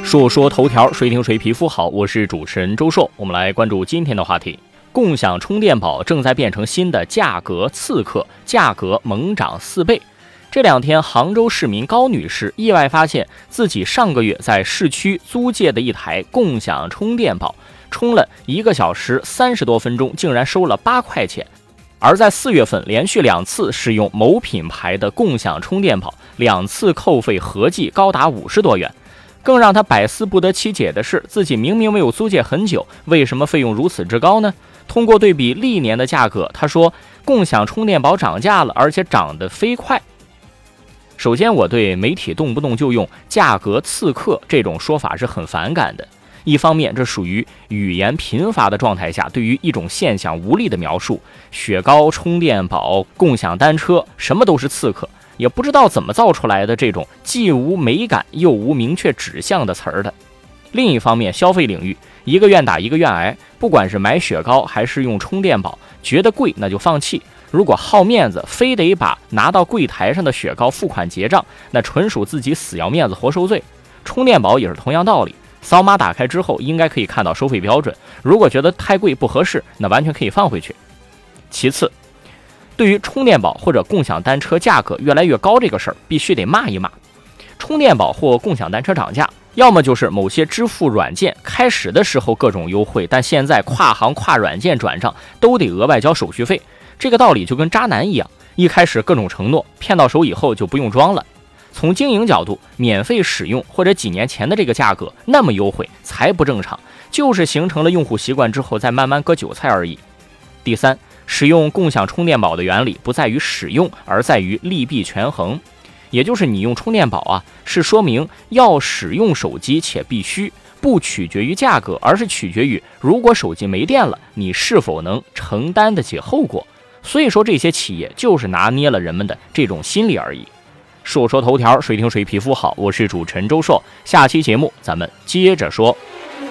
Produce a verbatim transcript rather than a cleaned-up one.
说说头条，谁听谁皮肤好，我是主持人周硕。我们来关注今天的话题，共享充电宝正在变成新的价格刺客，价格猛涨四倍。这两天，杭州市民高女士意外发现自己上个月在市区租借的一台共享充电宝，充了一个小时三十多分钟，竟然收了八块钱。而在四月份连续两次使用某品牌的共享充电宝，两次扣费合计高达五十多元。更让他百思不得其解的是，自己明明没有租借很久，为什么费用如此之高呢？通过对比历年的价格，他说共享充电宝涨价了，而且涨得飞快。首先，我对媒体动不动就用价格刺客这种说法是很反感的。一方面，这属于语言贫乏的状态下对于一种现象无力的描述，雪糕、充电宝、共享单车，什么都是刺客，也不知道怎么造出来的这种既无美感又无明确指向的词儿的。另一方面，消费领域一个愿打一个愿挨，不管是买雪糕还是用充电宝，觉得贵那就放弃。如果好面子，非得把拿到柜台上的雪糕付款结账，那纯属自己死要面子活受罪。充电宝也是同样道理，扫码打开之后应该可以看到收费标准，如果觉得太贵不合适，那完全可以放回去。其次，对于充电宝或者共享单车价格越来越高这个事儿，必须得骂一骂。充电宝或共享单车涨价，要么就是某些支付软件开始的时候各种优惠，但现在跨行跨软件转账都得额外交手续费。这个道理就跟渣男一样，一开始各种承诺，骗到手以后就不用装了。从经营角度，免费使用或者几年前的这个价格那么优惠才不正常，就是形成了用户习惯之后再慢慢割韭菜而已。第三，使用共享充电宝的原理不在于使用，而在于利弊权衡。也就是你用充电宝啊，是说明要使用手机且必须，不取决于价格，而是取决于如果手机没电了，你是否能承担得起后果。所以说这些企业就是拿捏了人们的这种心理而已。说说头条，谁听谁皮肤好，我是主持人周硕，下期节目咱们接着说。